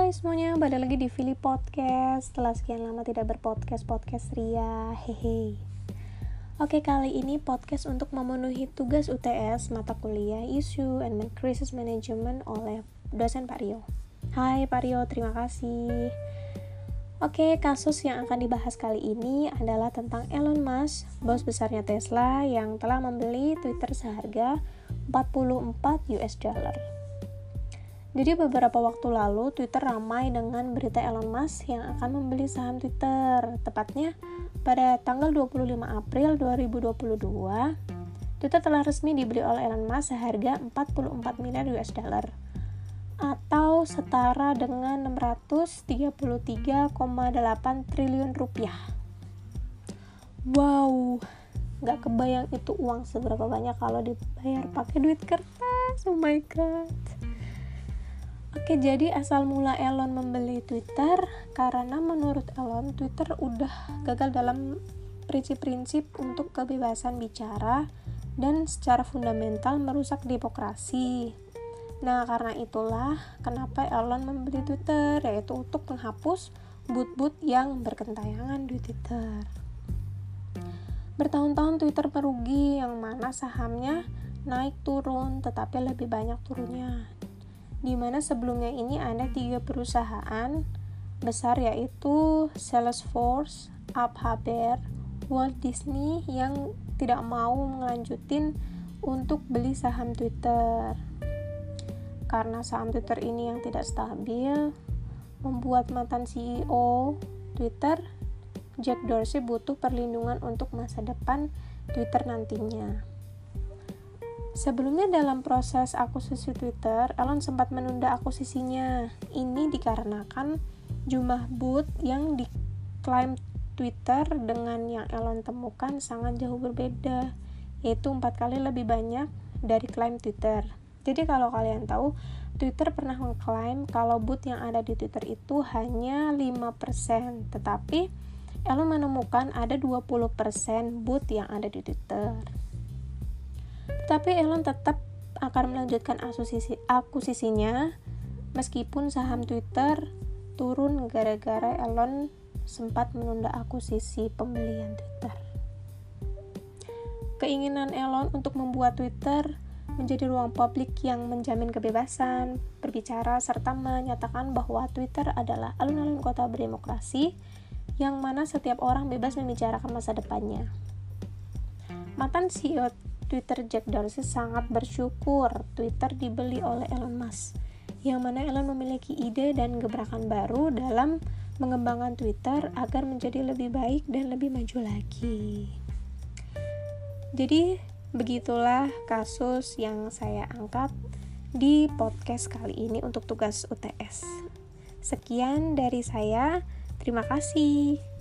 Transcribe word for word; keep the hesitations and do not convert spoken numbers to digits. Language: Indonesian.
Hai semuanya, balik lagi di Philly Podcast. Setelah sekian lama tidak berpodcast-podcast ria, hehe. Oke, kali ini podcast untuk memenuhi tugas U T S mata kuliah Issue and Crisis Management oleh dosen Pak Rio. Hai Pak Rio, terima kasih. Oke, kasus yang akan dibahas kali ini adalah tentang Elon Musk, bos besarnya Tesla yang telah membeli Twitter seharga empat puluh empat U S dollar. Jadi beberapa waktu lalu Twitter ramai dengan berita Elon Musk yang akan membeli saham Twitter. Tepatnya pada tanggal dua puluh lima April dua ribu dua puluh dua, Twitter telah resmi dibeli oleh Elon Musk seharga empat puluh empat miliar U S dollar atau setara dengan enam ratus tiga puluh tiga koma delapan triliun rupiah. Wow, gak kebayang itu uang seberapa banyak kalau dibayar pakai duit kertas. Oh my god. Oke, jadi asal mula Elon membeli Twitter karena menurut Elon, Twitter udah gagal dalam prinsip-prinsip untuk kebebasan bicara dan secara fundamental merusak demokrasi. Nah, karena itulah kenapa Elon membeli Twitter, yaitu untuk menghapus bot-bot yang berkentayangan di Twitter. Bertahun-tahun Twitter merugi, yang mana sahamnya naik turun, tetapi lebih banyak turunnya. Di mana sebelumnya ini ada tiga perusahaan besar, yaitu Salesforce, Alphabet, Walt Disney yang tidak mau melanjutin untuk beli saham Twitter. Karena saham Twitter ini yang tidak stabil, membuat mantan C E O Twitter, Jack Dorsey, butuh perlindungan untuk masa depan Twitter nantinya. Sebelumnya dalam proses akuisisi Twitter, Elon sempat menunda akuisisinya. Ini dikarenakan jumlah bot yang diklaim Twitter dengan yang Elon temukan sangat jauh berbeda, yaitu empat kali lebih banyak dari klaim Twitter. Jadi kalau kalian tahu, Twitter pernah mengklaim kalau bot yang ada di Twitter itu hanya lima persen, tetapi Elon menemukan ada dua puluh persen bot yang ada di Twitter. Tapi Elon tetap akan melanjutkan akuisisi, akuisisinya meskipun saham Twitter turun gara-gara Elon sempat menunda akuisisi pembelian Twitter. Keinginan Elon untuk membuat Twitter menjadi ruang publik yang menjamin kebebasan berbicara serta menyatakan bahwa Twitter adalah alun-alun kota berdemokrasi yang mana setiap orang bebas membicarakan masa depannya. Mantan C E O Twitter Jack Dorsey sangat bersyukur Twitter dibeli oleh Elon Musk, yang mana Elon memiliki ide dan gebrakan baru dalam mengembangkan Twitter agar menjadi lebih baik dan lebih maju lagi. Jadi begitulah kasus yang saya angkat di podcast kali ini untuk tugas U T S. Sekian dari saya, terima kasih.